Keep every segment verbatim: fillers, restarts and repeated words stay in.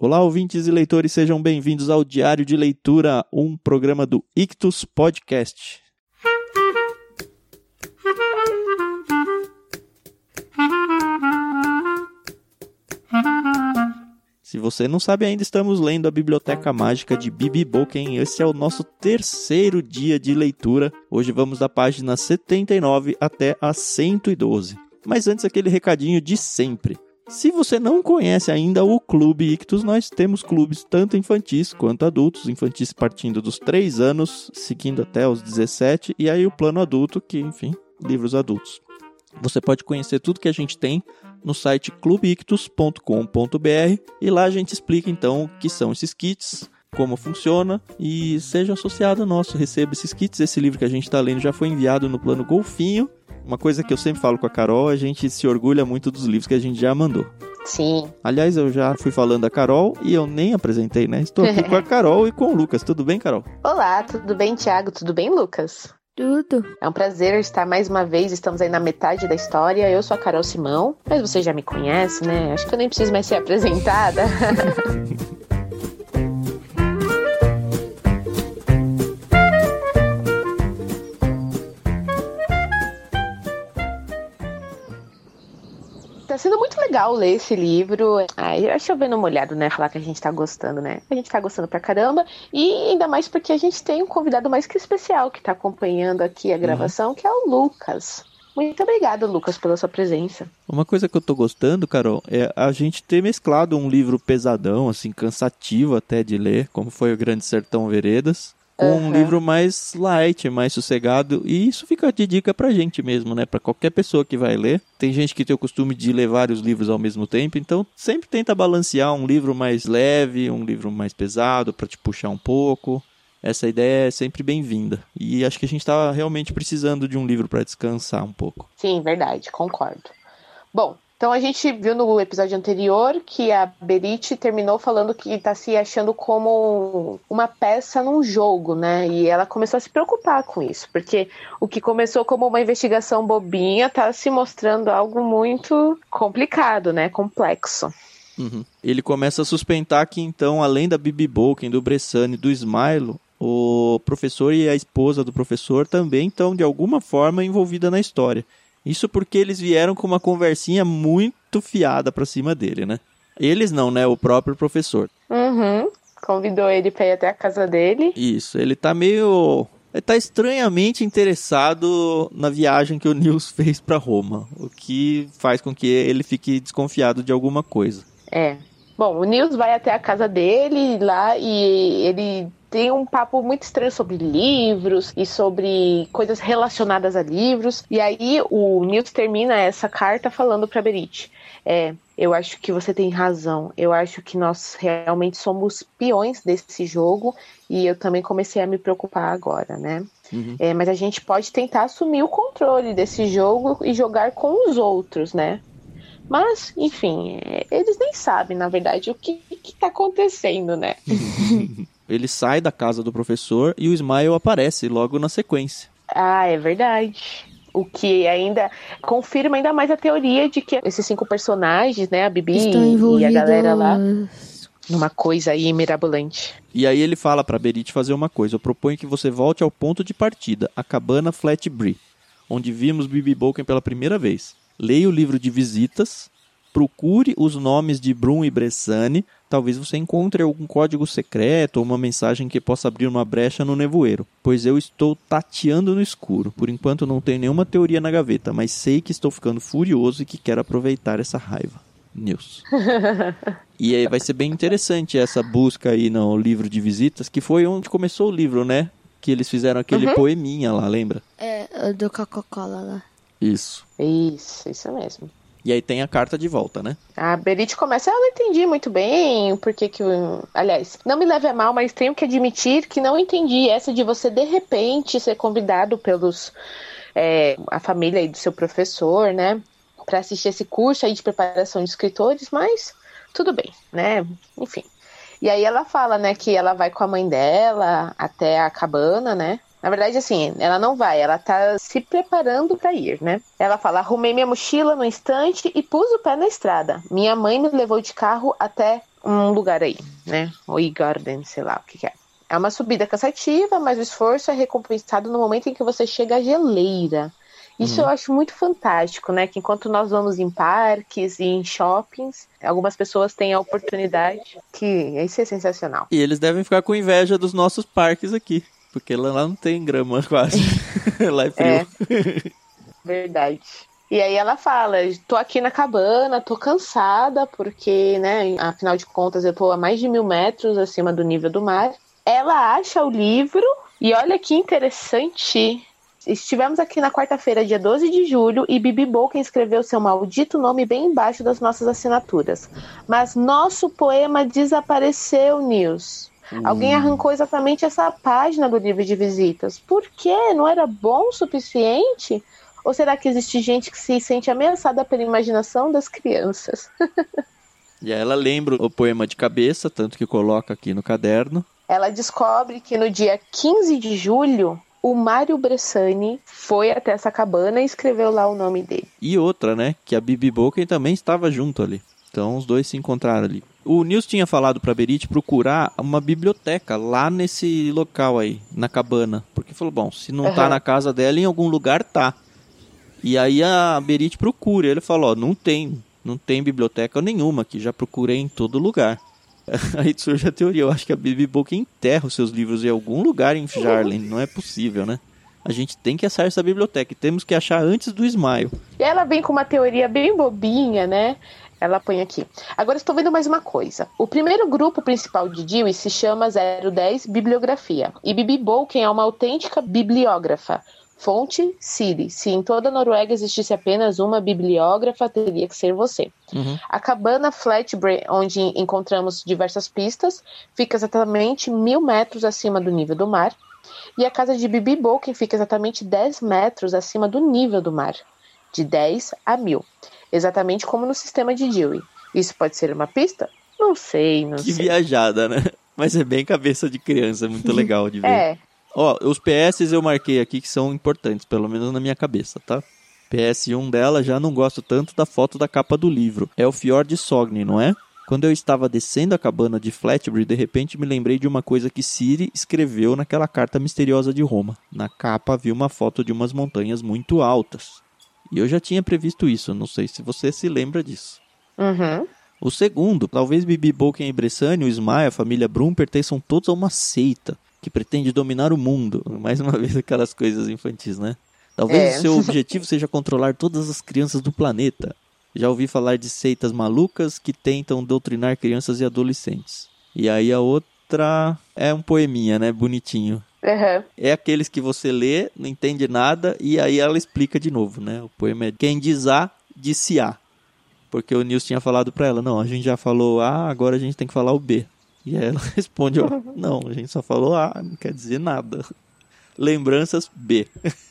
Olá, ouvintes e leitores, sejam bem-vindos ao Diário de Leitura, um programa do Ictus Podcast. Se você não sabe ainda, estamos lendo a Biblioteca Mágica de Bibi Bowken. Esse é o nosso terceiro dia de leitura. Hoje vamos da página setenta e nove até a cento e doze. Mas antes, aquele recadinho de sempre. Se você não conhece ainda o Clube Ictus, nós temos clubes tanto infantis quanto adultos. Infantis partindo dos três anos, seguindo até os dezessete. E aí o plano adulto, que, enfim, livros adultos. Você pode conhecer tudo que a gente tem no site clube ictus ponto com ponto b r e lá a gente explica então o que são esses kits, como funciona e seja associado nosso, receba esses kits. Esse livro que a gente está lendo já foi enviado no plano Golfinho. Uma coisa que eu sempre falo com a Carol, a gente se orgulha muito dos livros que a gente já mandou. Sim. Aliás, eu já fui falando da Carol e eu nem apresentei, né? Estou aqui com a Carol e com o Lucas. Tudo bem, Carol? Olá, tudo bem, Thiago? Tudo bem, Lucas? Tudo. É um prazer estar mais uma vez, estamos aí na metade da história. Eu sou a Carol Simão, mas você já me conhece, né? Acho que eu nem preciso mais ser apresentada. Tá sendo muito legal ler esse livro. Ai, eu chovendo molhado, né? Falar que a gente tá gostando, né? A gente tá gostando pra caramba. E ainda mais porque a gente tem um convidado mais que especial que tá acompanhando aqui a gravação, uhum. que é o Lucas. Muito obrigada, Lucas, pela sua presença. Uma coisa que eu tô gostando, Carol, é a gente ter mesclado um livro pesadão, assim, cansativo até de ler, como foi o Grande Sertão Veredas, com uhum. um livro mais light, mais sossegado, e isso fica de dica pra gente mesmo, né? Pra qualquer pessoa que vai ler. Tem gente que tem o costume de ler vários livros ao mesmo tempo, então sempre tenta balancear um livro mais leve, um livro mais pesado, pra te puxar um pouco. Essa ideia é sempre bem-vinda. E acho que a gente tá realmente precisando de um livro pra descansar um pouco. Sim, verdade, concordo. Bom, então a gente viu no episódio anterior que a Berit terminou falando que está se achando como uma peça num jogo, né? E ela começou a se preocupar com isso, porque o que começou como uma investigação bobinha está se mostrando algo muito complicado, né? Complexo. Uhum. Ele começa a suspeitar que então, além da Bibi Bowken, do Bressani e do Smailo, o professor e a esposa do professor também estão de alguma forma envolvidas na história. Isso porque eles vieram com uma conversinha muito fiada pra cima dele, né? Eles não, né? O próprio professor. Uhum. Convidou ele pra ir até a casa dele. Isso, ele tá meio... Ele tá estranhamente interessado na viagem que o Nils fez pra Roma. O que faz com que ele fique desconfiado de alguma coisa. É. Bom, o Nils vai até a casa dele lá e ele... tem um papo muito estranho sobre livros e sobre coisas relacionadas a livros. E aí o Nils termina essa carta falando para Berit. É, eu acho que você tem razão. Eu acho que nós realmente somos peões desse jogo. E eu também comecei a me preocupar agora, né? Uhum. É, mas a gente pode tentar assumir o controle desse jogo e jogar com os outros, né? Mas, enfim, é, eles nem sabem, na verdade, o que, que tá acontecendo, né? Ele sai da casa do professor e o Smail aparece logo na sequência. Ah, é verdade. O que ainda confirma ainda mais a teoria de que esses cinco personagens, né, a Bibi e a galera lá, numa coisa aí mirabolante. E aí ele fala pra Berit fazer uma coisa. Eu proponho que você volte ao ponto de partida, a cabana Flatbree, onde vimos Bibi Bowken pela primeira vez. Leia o livro de visitas, procure os nomes de Brum e Bressani. Talvez você encontre algum código secreto ou uma mensagem que possa abrir uma brecha no nevoeiro, pois eu estou tateando no escuro. Por enquanto não tenho nenhuma teoria na gaveta, mas sei que estou ficando furioso e que quero aproveitar essa raiva. Nils. E aí vai ser bem interessante essa busca aí no livro de visitas, que foi onde começou o livro, né? Que eles fizeram aquele uhum. poeminha lá, lembra? É, do Coca-Cola lá. Isso. Isso, isso mesmo. E aí tem a carta de volta, né? A Berit começa, eu não entendi muito bem porque que... Aliás, não me leve a mal, mas tenho que admitir que não entendi essa de você, de repente, ser convidado pelos... É, a família aí do seu professor, né? Pra assistir esse curso aí de preparação de escritores, mas tudo bem, né? Enfim. E aí ela fala, né, que ela vai com a mãe dela até a cabana, né? Na verdade, assim, ela não vai, ela tá se preparando pra ir, né? Ela fala, arrumei minha mochila no instante e pus o pé na estrada. Minha mãe me levou de carro até um lugar aí, né? O E-Garden, sei lá o que, que é. É uma subida cansativa, mas o esforço é recompensado no momento em que você chega à geleira. Isso Uhum. eu acho muito fantástico, né? Que enquanto nós vamos em parques e em shoppings, algumas pessoas têm a oportunidade, que isso é sensacional. E eles devem ficar com inveja dos nossos parques aqui, porque lá não tem grama quase. Lá é frio. É, verdade. E aí ela fala, tô aqui na cabana, tô cansada, porque, né, afinal de contas eu tô a mais de mil metros acima do nível do mar. Ela acha o livro, e olha que interessante. Estivemos aqui na quarta-feira, dia doze de julho, e Bibi Bolkin escreveu seu maldito nome bem embaixo das nossas assinaturas. Mas nosso poema desapareceu, Nils. Hum. Alguém arrancou exatamente essa página do livro de visitas. Por quê? Não era bom o suficiente? Ou será que existe gente que se sente ameaçada pela imaginação das crianças? E aí ela lembra o poema de cabeça, tanto que coloca aqui no caderno. Ela descobre que no dia quinze de julho, o Mário Bressani foi até essa cabana e escreveu lá o nome dele. E outra, né? Que a Bibi Bolkin também estava junto ali. Então os dois se encontraram ali. O Nils tinha falado pra Berit procurar uma biblioteca lá nesse local aí, na cabana. Porque falou, bom, se não uhum. tá na casa dela, em algum lugar tá. E aí a Berit procura. Ele falou, ó, não tem, não tem biblioteca nenhuma aqui, já procurei em todo lugar. Aí surge a teoria, eu acho que a Bibi Bolkin enterra os seus livros em algum lugar em Jarlen, não é possível, né? A gente tem que achar essa biblioteca e temos que achar antes do Smile. E ela vem com uma teoria bem bobinha, né? Ela põe aqui. Agora estou vendo mais uma coisa. O primeiro grupo principal de Dewey se chama zero dez Bibliografia. E Bibi Bolkin é uma autêntica bibliógrafa. Fonte, Siri. Se em toda a Noruega existisse apenas uma bibliógrafa, teria que ser você. Uhum. A cabana Flatbury, onde encontramos diversas pistas, fica exatamente mil metros acima do nível do mar. E a casa de Bibi Bolkin fica exatamente dez metros acima do nível do mar. De dez a mil. Exatamente como no sistema de Dewey. Isso pode ser uma pista? Não sei, não que sei. Que viajada, né? Mas é bem cabeça de criança, muito legal de ver. É. Ó, os P S eu marquei aqui que são importantes, pelo menos na minha cabeça, tá? P S um dela, já não gosto tanto da foto da capa do livro. É o Fjord Sogni, não é? Quando eu estava descendo a cabana de Flatbury, de repente me lembrei de uma coisa que Siri escreveu naquela carta misteriosa de Roma. Na capa havia uma foto de umas montanhas muito altas. E eu já tinha previsto isso, não sei se você se lembra disso. Uhum. O segundo, talvez Bibi Bolkin e Bressani, o Smile, a família Brum pertençam todos a uma seita que pretende dominar o mundo. Mais uma vez aquelas coisas infantis, né? Talvez é. o seu objetivo seja controlar todas as crianças do planeta. Já ouvi falar de seitas malucas que tentam doutrinar crianças e adolescentes. E aí a outra é um poeminha, né? Bonitinho. Uhum. É aqueles que você lê, não entende nada, e aí ela explica de novo, né? O poema é quem diz A, disse A. Porque o Nils tinha falado pra ela, não, a gente já falou A, agora a gente tem que falar o B. E aí ela responde, ó, não, a gente só falou A, não quer dizer nada. Lembranças B.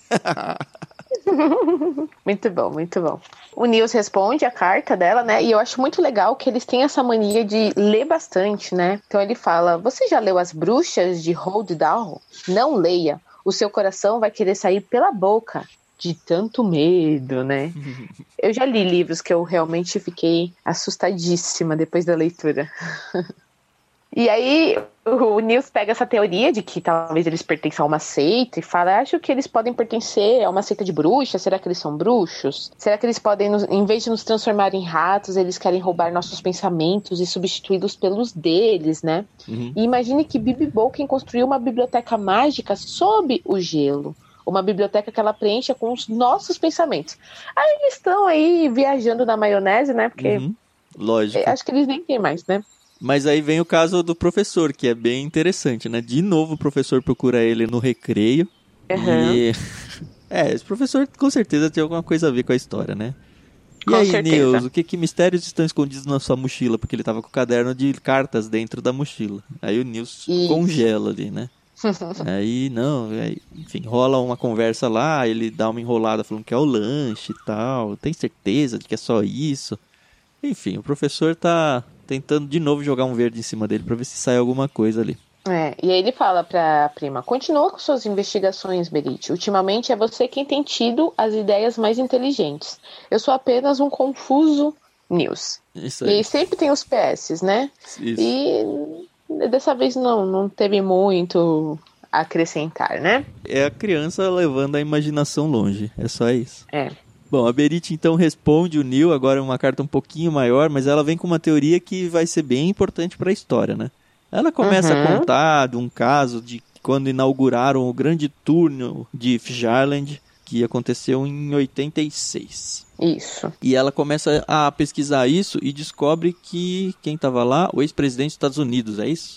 Muito bom, muito bom. O Nils responde a carta dela, né? E eu acho muito legal que eles têm essa mania de ler bastante, né? Então ele fala, você já leu As Bruxas de Roald Dahl? Não leia, o seu coração vai querer sair pela boca. De tanto medo, né? Eu já li livros que eu realmente fiquei assustadíssima depois da leitura. E aí o Nils pega essa teoria de que talvez eles pertençam a uma seita e fala, acho que eles podem pertencer a uma seita de bruxas, será que eles são bruxos? Será que eles podem, nos, em vez de nos transformar em ratos, eles querem roubar nossos pensamentos e substituí-los pelos deles, né? Uhum. E imagine que Bibi Bolkin construiu uma biblioteca mágica sob o gelo. Uma biblioteca que ela preencha com os nossos pensamentos. Aí eles estão aí viajando na maionese, né? Porque uhum. Lógico. Acho que eles nem têm mais, né? Mas aí vem o caso do professor, que é bem interessante, né? De novo o professor procura ele no recreio. Uhum. E... é, esse professor com certeza tem alguma coisa a ver com a história, né? E com aí, certeza. Nils, o que, que mistérios estão escondidos na sua mochila? Porque ele tava com o caderno de cartas dentro da mochila. Aí o Nils Isso. congela ali, né? Aí, não, aí, enfim, rola uma conversa lá, ele dá uma enrolada falando que é o lanche e tal. Tem certeza de que é só isso? Enfim, o professor tá tentando de novo jogar um verde em cima dele pra ver se sai alguma coisa ali. É, e aí ele fala pra prima, continua com suas investigações, Berit. Ultimamente é você quem tem tido as ideias mais inteligentes. Eu sou apenas um confuso News. Isso E aí. aí sempre tem os P S, né? Isso. E dessa vez não, não teve muito a acrescentar, né? É a criança levando a imaginação longe. É só isso. É. Bom, a Berit então responde o Neil, agora é uma carta um pouquinho maior, mas ela vem com uma teoria que vai ser bem importante para a história, né? Ela começa Uhum. a contar de um caso de quando inauguraram o grande túnel de Fijarland, que aconteceu em oitenta e seis. Isso. E ela começa a pesquisar isso e descobre que quem estava lá, o ex-presidente dos Estados Unidos, é isso?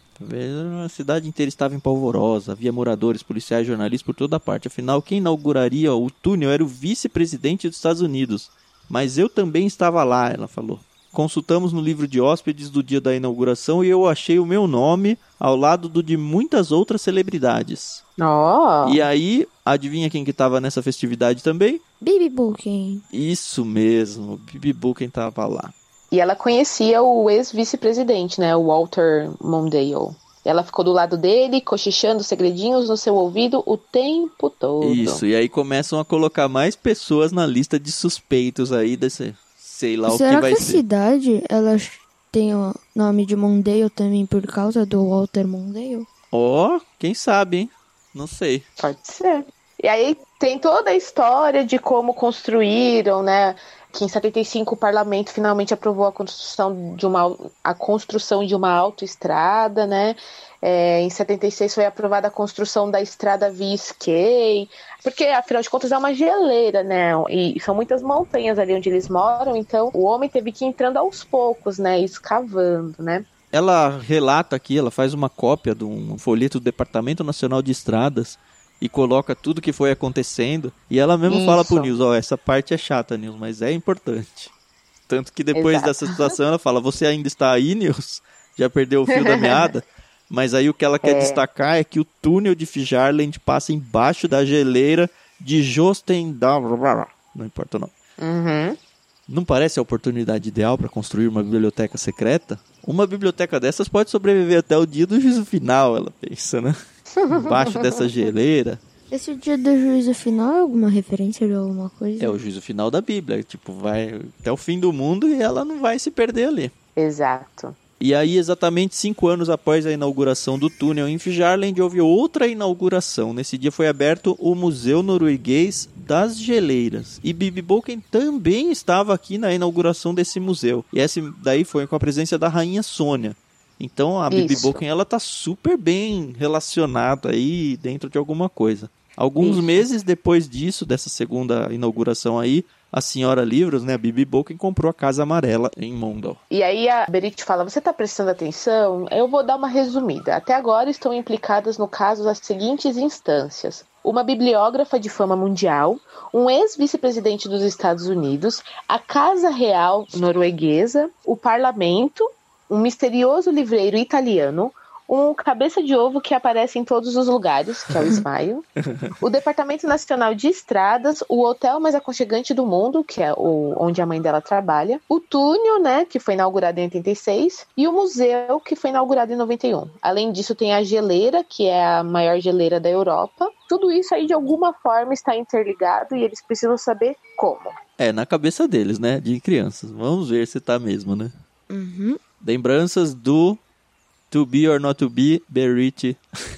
A cidade inteira estava em polvorosa, havia moradores, policiais, jornalistas por toda parte. Afinal, quem inauguraria o túnel era o vice-presidente dos Estados Unidos. Mas eu também estava lá, ela falou. Consultamos no livro de hóspedes do dia da inauguração e eu achei o meu nome ao lado do de muitas outras celebridades. Oh. E aí, adivinha quem que estava nessa festividade também? Bibi Booking. Isso mesmo, Bibi Booking estava lá. E ela conhecia o ex-vice-presidente, né? O Walter Mondale. Ela ficou do lado dele, cochichando segredinhos no seu ouvido o tempo todo. Isso, e aí começam a colocar mais pessoas na lista de suspeitos aí desse, sei lá Será o que vai que a ser. cidade, ela tem o nome de Mondale também por causa do Walter Mondale? Ó, oh, quem sabe, hein? Não sei. Pode ser. E aí tem toda a história de como construíram, né? Que em setenta e cinco o parlamento finalmente aprovou a construção de uma, a construção de uma autoestrada, né? É, em setenta e seis foi aprovada a construção da estrada via Sky, porque afinal de contas é uma geleira, né? E são muitas montanhas ali onde eles moram, então o homem teve que ir entrando aos poucos, né? Escavando, né? Ela relata aqui, ela faz uma cópia de um folheto do Departamento Nacional de Estradas e coloca tudo que foi acontecendo. E ela mesmo Isso. fala pro Nils, ó, oh, essa parte é chata, Nils, mas é importante. Tanto que depois Exato. dessa situação ela fala, você ainda está aí, Nils? Já perdeu o fio da meada? Mas aí o que ela quer É. destacar é que o túnel de Fijarland passa embaixo da geleira de Jostendal. Não importa o nome. Uhum. Não parece a oportunidade ideal para construir uma biblioteca secreta? Uma biblioteca dessas pode sobreviver até o dia do juízo final, ela pensa, né? Embaixo dessa geleira. Esse dia do juízo final é alguma referência de alguma coisa? É o juízo final da Bíblia. Tipo, vai até o fim do mundo e ela não vai se perder ali. Exato. E aí, exatamente cinco anos após a inauguração do túnel em Fijarland, houve outra inauguração. Nesse dia foi aberto o Museu Norueguês das Geleiras. E Bibi Booking também estava aqui na inauguração desse museu. E esse daí foi com a presença da rainha Sônia. Então a Bibi Booking, ela tá super bem relacionada aí dentro de alguma coisa. Alguns Isso. meses depois disso, dessa segunda inauguração aí, a senhora Livros, né, a Bibi Booking, comprou a Casa Amarela em Mondal. E aí a Berit fala, você tá prestando atenção? Eu vou dar uma resumida. Até agora estão implicadas no caso as seguintes instâncias. Uma bibliógrafa de fama mundial, um ex-vice-presidente dos Estados Unidos, a Casa Real norueguesa, o parlamento, um misterioso livreiro italiano, um cabeça de ovo que aparece em todos os lugares, que é o Smile, o Departamento Nacional de Estradas, o hotel mais aconchegante do mundo, que é o, onde a mãe dela trabalha, o túnel, né, que foi inaugurado em oitenta e seis, e o museu, que foi inaugurado em noventa e um. Além disso, tem a geleira, que é a maior geleira da Europa. Tudo isso aí, de alguma forma, está interligado e eles precisam saber como. É, na cabeça deles, né, de crianças. Vamos ver se tá mesmo, né? Uhum. Lembranças do To Be or Not To Be, Berit.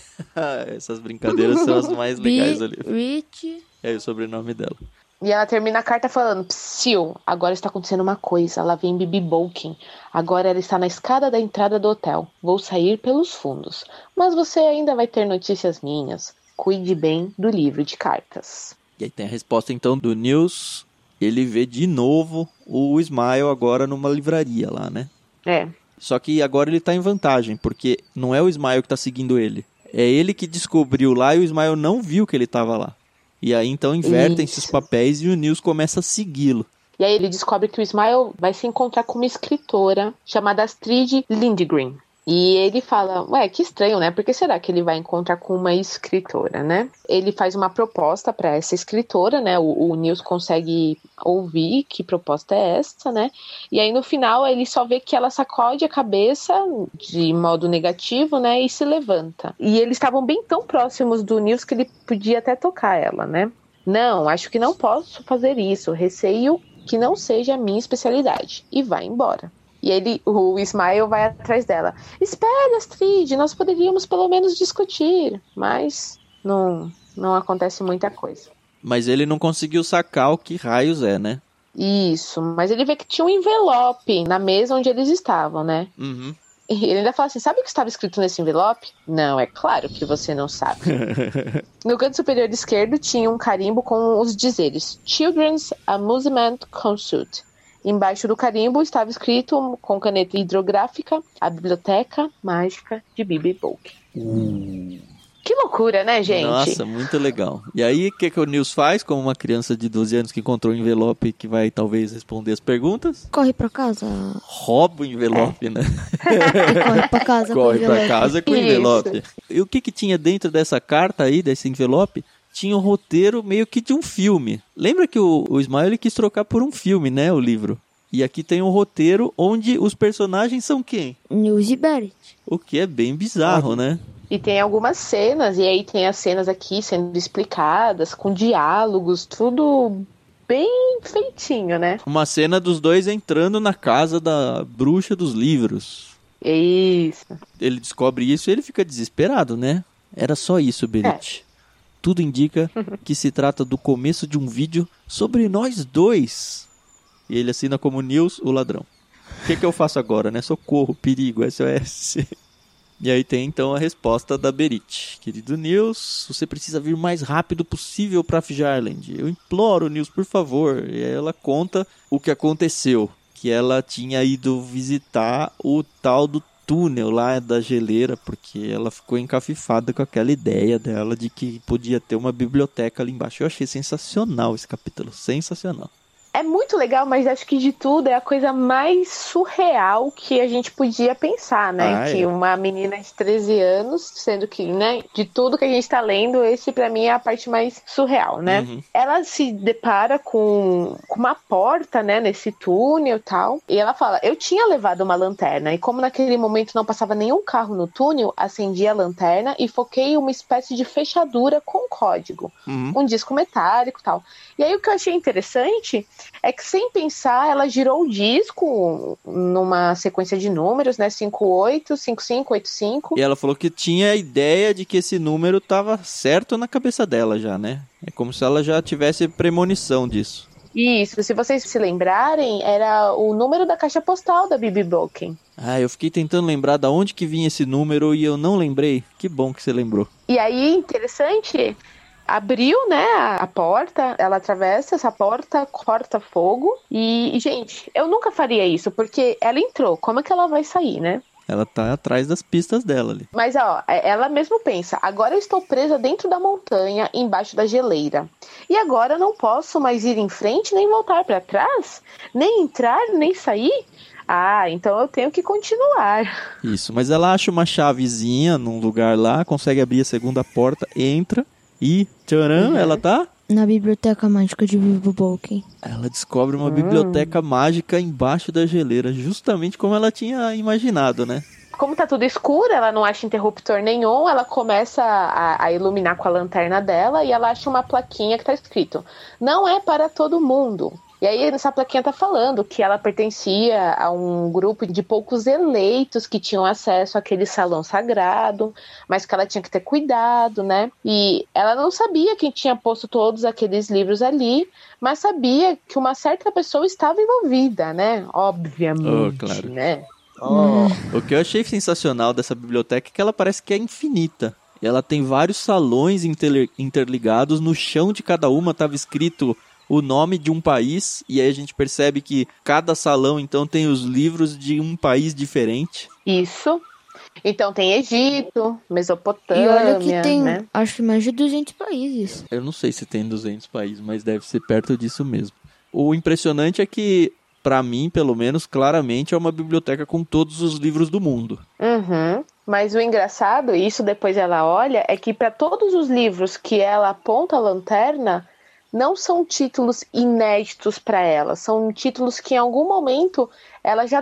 Essas brincadeiras são as mais legais ali. Rich. É o sobrenome dela. E ela termina a carta falando, psiu, agora está acontecendo uma coisa, lá vem Bibi Booking. Agora ela está na escada da entrada do hotel. Vou sair pelos fundos. Mas você ainda vai ter notícias minhas. Cuide bem do livro de cartas. E aí tem a resposta então do Nils. Ele vê de novo o Smile agora numa livraria lá, né? É. Só que agora ele tá em vantagem, porque não é o Smile que tá seguindo ele. É ele que descobriu lá e o Smile não viu que ele tava lá. E aí então invertem-se os papéis e o Nils começa a segui-lo. E aí ele descobre que o Smile vai se encontrar com uma escritora chamada Astrid Lindgren. E ele fala, ué, que estranho, né? Por que será que ele vai encontrar com uma escritora, né? Ele faz uma proposta para essa escritora, né? O, o Nils consegue ouvir que proposta é essa, né? E aí no final ele só vê que ela sacode a cabeça de modo negativo, né? E se levanta. E eles estavam bem tão próximos do Nils que ele podia até tocar ela, né? Não, acho que não posso fazer isso. Receio que não seja a minha especialidade. E vai embora. E ele, o Ismael vai atrás dela. Espera, Astrid, nós poderíamos pelo menos discutir. Mas não, não acontece muita coisa. Mas ele não conseguiu sacar o que raios é, né? Isso, mas ele vê que tinha um envelope na mesa onde eles estavam, né? Uhum. E ele ainda fala assim, sabe o que estava escrito nesse envelope? Não, é claro que você não sabe. No canto superior esquerdo tinha um carimbo com os dizeres Children's Amusement Consult. Embaixo do carimbo estava escrito com caneta hidrográfica a Biblioteca Mágica de Bibi Bolkin. Uh. Que loucura, né, gente? Nossa, muito legal. E aí, o que, que o Nils faz, como uma criança de doze anos que encontrou um envelope que vai talvez responder as perguntas? Corre pra casa. Rouba o envelope, é. né? E corre pra casa corre com o envelope. Corre pra casa com o envelope. E o que, que tinha dentro dessa carta aí, desse envelope? Tinha um roteiro meio que de um filme. Lembra que o, o Ismael ele quis trocar por um filme, né, o livro? E aqui tem um roteiro onde os personagens são quem? Nils e Berit. O que é bem bizarro, né? E tem algumas cenas, e aí tem as cenas aqui sendo explicadas, com diálogos, tudo bem feitinho, né? Uma cena dos dois entrando na casa da bruxa dos livros. Isso. Ele descobre isso e ele fica desesperado, né? Era só isso, Berit. É. Tudo indica que se trata do começo de um vídeo sobre nós dois. E ele assina como Nils, o ladrão. O que, que eu faço agora, né? Socorro, perigo, S O S. E aí tem então a resposta da Berit. Querido Nils, você precisa vir o mais rápido possível para Fjarland. Eu imploro, Nils, por favor. E aí ela conta o que aconteceu. Que ela tinha ido visitar o tal do túnel lá da geleira, porque ela ficou encafifada com aquela ideia dela de que podia ter uma biblioteca ali embaixo. Eu achei sensacional esse capítulo, sensacional. É muito legal, mas acho que de tudo é a coisa mais surreal que a gente podia pensar, né? Ah, que é. Uma menina de treze anos, sendo que, né, de tudo que a gente tá lendo, esse pra mim é a parte mais surreal, né? Uhum. Ela se depara com, com uma porta, né, nesse túnel e tal, e ela fala, eu tinha levado uma lanterna, e como naquele momento não passava nenhum carro no túnel, acendi a lanterna e foquei uma espécie de fechadura com código, uhum. um disco metálico e tal. E aí o que eu achei interessante é que sem pensar, ela girou o disco numa sequência de números, né? cinco oito, cinco cinco, oito cinco. E ela falou que tinha a ideia de que esse número estava certo na cabeça dela já, né? É como se ela já tivesse premonição disso. Isso, se vocês se lembrarem, era o número da caixa postal da Bibi Bolkin. Ah, eu fiquei tentando lembrar de onde que vinha esse número e eu não lembrei. Que bom que você lembrou. E aí, interessante... Abriu, né, a porta, ela atravessa essa porta, corta fogo e, gente, eu nunca faria isso, porque ela entrou, como é que ela vai sair, né? Ela tá atrás das pistas dela ali. Mas, ó, ela mesmo pensa, agora eu estou presa dentro da montanha, embaixo da geleira. E agora eu não posso mais ir em frente, nem voltar para trás, nem entrar, nem sair. Ah, então eu tenho que continuar. Isso, mas ela acha uma chavezinha num lugar lá, consegue abrir a segunda porta, entra... E, tcharam, uhum. ela tá? Na Biblioteca Mágica de Bibi Bolkin. Ela descobre uma hum. biblioteca mágica embaixo da geleira, justamente como ela tinha imaginado, né? Como tá tudo escuro, ela não acha interruptor nenhum, ela começa a, a iluminar com a lanterna dela e ela acha uma plaquinha que tá escrito, não é para todo mundo. E aí essa plaquinha tá falando que ela pertencia a um grupo de poucos eleitos que tinham acesso àquele salão sagrado, mas que ela tinha que ter cuidado, né? E ela não sabia quem tinha posto todos aqueles livros ali, mas sabia que uma certa pessoa estava envolvida, né? Obviamente, oh, claro. né? Oh. O que eu achei sensacional dessa biblioteca é que ela parece que é infinita. E ela tem vários salões interligados, no chão de cada uma estava escrito... o nome de um país, e aí a gente percebe que cada salão, então, tem os livros de um país diferente. Isso. Então tem Egito, Mesopotâmia, e olha que tem, né? acho que mais de duzentos países. Eu não sei se tem duzentos países, mas deve ser perto disso mesmo. O impressionante é que, pra mim, pelo menos, claramente é uma biblioteca com todos os livros do mundo. Uhum. Mas o engraçado, e isso depois ela olha, é que para todos os livros que ela aponta a lanterna, não são títulos inéditos para ela, são títulos que em algum momento ela já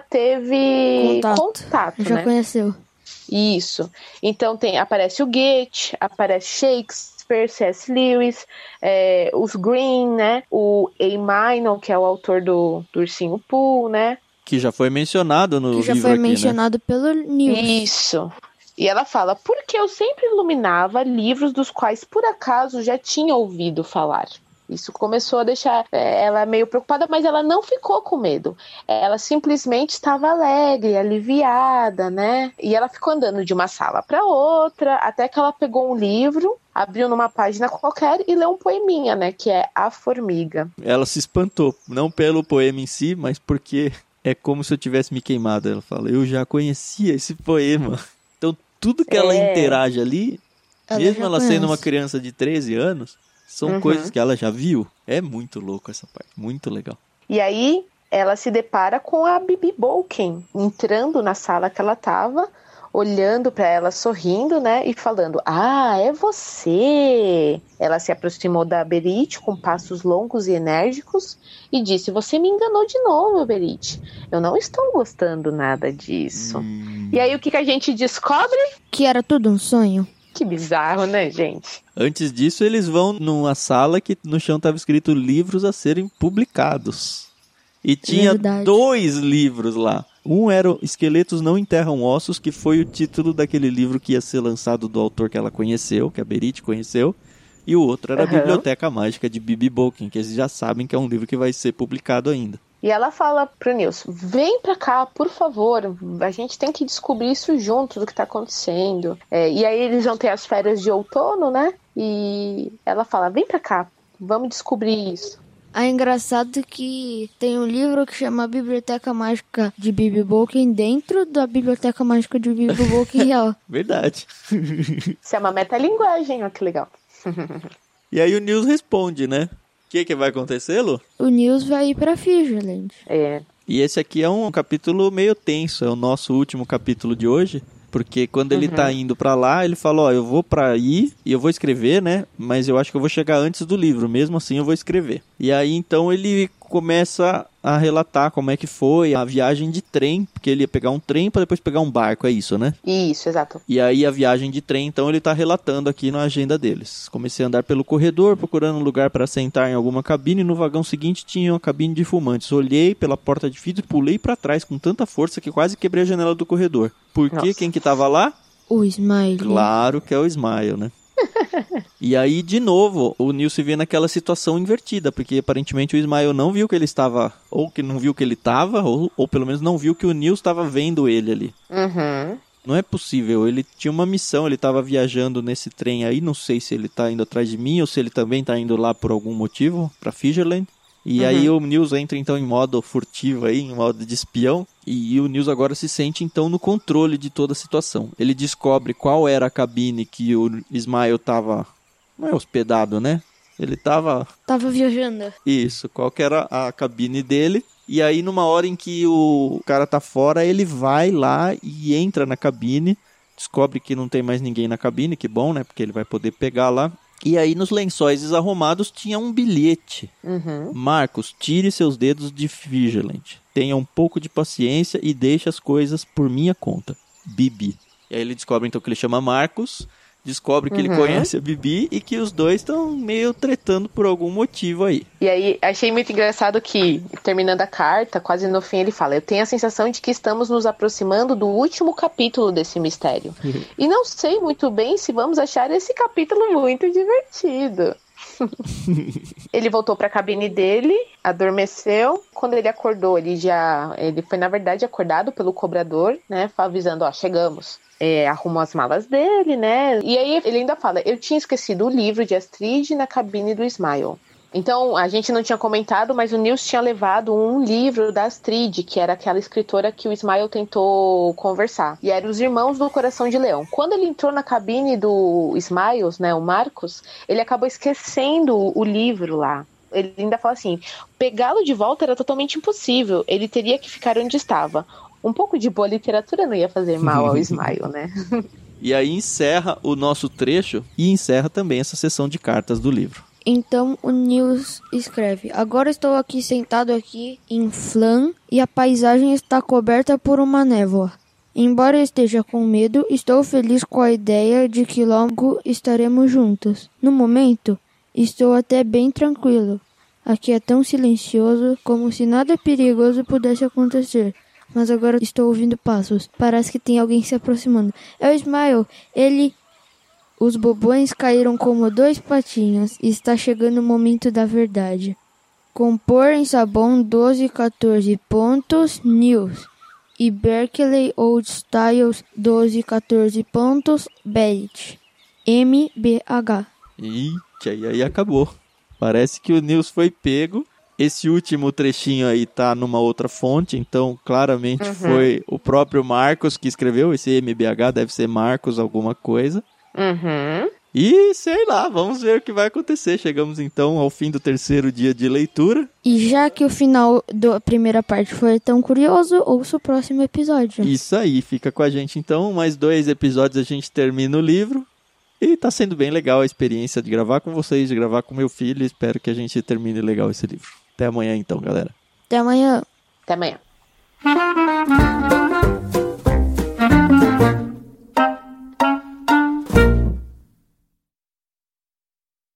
teve contato, contato já né? conheceu. Isso. Então tem, aparece o Goethe, aparece Shakespeare, Shakespeare, C S. Lewis, é, os Green, né? O A. Minor, que é o autor do, do Ursinho Pooh, né? Que já foi mencionado no Que já livro foi aqui, mencionado né? pelo News. Isso. E ela fala, porque eu sempre iluminava livros dos quais, por acaso, já tinha ouvido falar. Isso começou a deixar é, ela meio preocupada, mas ela não ficou com medo. Ela simplesmente estava alegre, aliviada, né? E ela ficou andando de uma sala para outra, até que ela pegou um livro, abriu numa página qualquer e leu um poeminha, né? Que é A Formiga. Ela se espantou, não pelo poema em si, mas porque é como se eu tivesse me queimado. Ela fala, eu já conhecia esse poema. Então, tudo que é. ela interage ali, ela mesmo ela conhece. Sendo uma criança de treze anos, são uhum. coisas que ela já viu. É muito louco essa parte, muito legal. E aí, ela se depara com a Bibi Bolkin, entrando na sala que ela estava, olhando para ela, sorrindo, né, e falando, ah, é você! Ela se aproximou da Berit com passos longos e enérgicos e disse, você me enganou de novo, Berit. Eu não estou gostando nada disso. Hum. E aí, o que, que a gente descobre? Que era tudo um sonho. Que bizarro, né, gente? Antes disso, eles vão numa sala que no chão estava escrito livros a serem publicados. E tinha Verdade. dois livros lá. Um era Esqueletos Não Enterram Ossos, que foi o título daquele livro que ia ser lançado do autor que ela conheceu, que a Berit conheceu. E o outro era uhum. a Biblioteca Mágica de Bibi Bolkin, que eles já sabem que é um livro que vai ser publicado ainda. E ela fala pro Nils, vem pra cá, por favor, a gente tem que descobrir isso junto do que tá acontecendo. É, e aí eles vão ter as férias de outono, né? E ela fala, vem pra cá, vamos descobrir isso. É engraçado que tem um livro que chama Biblioteca Mágica de Bibi Bolkin dentro da Biblioteca Mágica de Bibi Bolkin real. Verdade. Isso é uma metalinguagem, ó, que legal. E aí o Nils responde, né? O que, que vai acontecer, Lu? O Nils vai ir pra Fisherland. É. E esse aqui é um capítulo meio tenso, é o nosso último capítulo de hoje. Porque quando ele uhum. tá indo pra lá, ele fala, ó, eu vou pra ir e eu vou escrever, né? Mas eu acho que eu vou chegar antes do livro, mesmo assim eu vou escrever. E aí, então, ele começa a relatar como é que foi a viagem de trem, porque ele ia pegar um trem pra depois pegar um barco, é isso, né? Isso, exato. E aí a viagem de trem, então, ele tá relatando aqui na agenda deles. Comecei a andar pelo corredor, procurando um lugar para sentar em alguma cabine, e no vagão seguinte tinha uma cabine de fumantes. Olhei pela porta de vidro e pulei pra trás com tanta força que quase quebrei a janela do corredor. Por quê? Quem que tava lá? O Smile. Claro que é o Smile, né? E aí, de novo, o Nils se vê naquela situação invertida, porque aparentemente o Smile não viu que ele estava, ou que não viu que ele estava, ou, ou pelo menos não viu que o Nils estava vendo ele ali. Uhum. Não é possível, ele tinha uma missão, ele estava viajando nesse trem aí, não sei se ele está indo atrás de mim ou se ele também está indo lá por algum motivo, para Fisherland. E uhum. aí o Nils entra então em modo furtivo aí, em modo de espião, e o Nils agora se sente então no controle de toda a situação. Ele descobre qual era a cabine que o Smile estava, não é hospedado, né? Ele estava... Tava viajando. Isso, qual que era a cabine dele. E aí numa hora em que o cara tá fora, ele vai lá e entra na cabine, descobre que não tem mais ninguém na cabine, que bom, né? Porque ele vai poder pegar lá. E aí nos lençóis desarrumados tinha um bilhete. Uhum. Marcos, tire seus dedos de Fisherland. Tenha um pouco de paciência e deixe as coisas por minha conta. Bibi. E aí ele descobre então que ele chama Marcos, descobre que uhum. ele conhece a Bibi e que os dois estão meio tretando por algum motivo aí. E aí achei muito engraçado que, terminando a carta, quase no fim ele fala, eu tenho a sensação de que estamos nos aproximando do último capítulo desse mistério. Uhum. E não sei muito bem se vamos achar esse capítulo muito divertido. Ele voltou para a cabine dele, adormeceu. Quando ele acordou, ele já ele foi na verdade acordado pelo cobrador, né, avisando, ó, chegamos. É, arrumou as malas dele, né? E aí ele ainda fala, eu tinha esquecido o livro de Astrid na cabine do Smile. Então, a gente não tinha comentado, mas o Nils tinha levado um livro da Astrid, que era aquela escritora que o Smile tentou conversar. E eram Os Irmãos do Coração de Leão. Quando ele entrou na cabine do Smiles, né, o Marcos, ele acabou esquecendo o livro lá. Ele ainda fala assim, pegá-lo de volta era totalmente impossível. Ele teria que ficar onde estava. Um pouco de boa literatura não ia fazer mal ao Smile, né? E aí encerra o nosso trecho e encerra também essa sessão de cartas do livro. Então o Nils escreve, agora estou aqui sentado aqui em Flan e a paisagem está coberta por uma névoa. Embora eu esteja com medo, estou feliz com a ideia de que logo estaremos juntos. No momento, estou até bem tranquilo. Aqui é tão silencioso, como se nada perigoso pudesse acontecer. Mas agora estou ouvindo passos. Parece que tem alguém se aproximando. É o Smile. Ele... Os bobões caíram como dois patinhos. E está chegando o momento da verdade. Compor em sabão doze e quatorze pontos. News. E Berkeley Old Styles doze e quatorze pontos. Bellet. M B H. Eita, e aí acabou. Parece que o Nils foi pego. Esse último trechinho aí tá numa outra fonte, então claramente uhum. foi o próprio Marcos que escreveu. Esse M B H deve ser Marcos alguma coisa. Uhum. E sei lá, vamos ver o que vai acontecer. Chegamos então ao fim do terceiro dia de leitura. E já que o final da primeira parte foi tão curioso, ouça o próximo episódio. Isso aí, fica com a gente então. Mais dois episódios a gente termina o livro. E tá sendo bem legal a experiência de gravar com vocês, de gravar com meu filho. Espero que a gente termine legal esse livro. Até amanhã então, galera. Até amanhã. Até amanhã.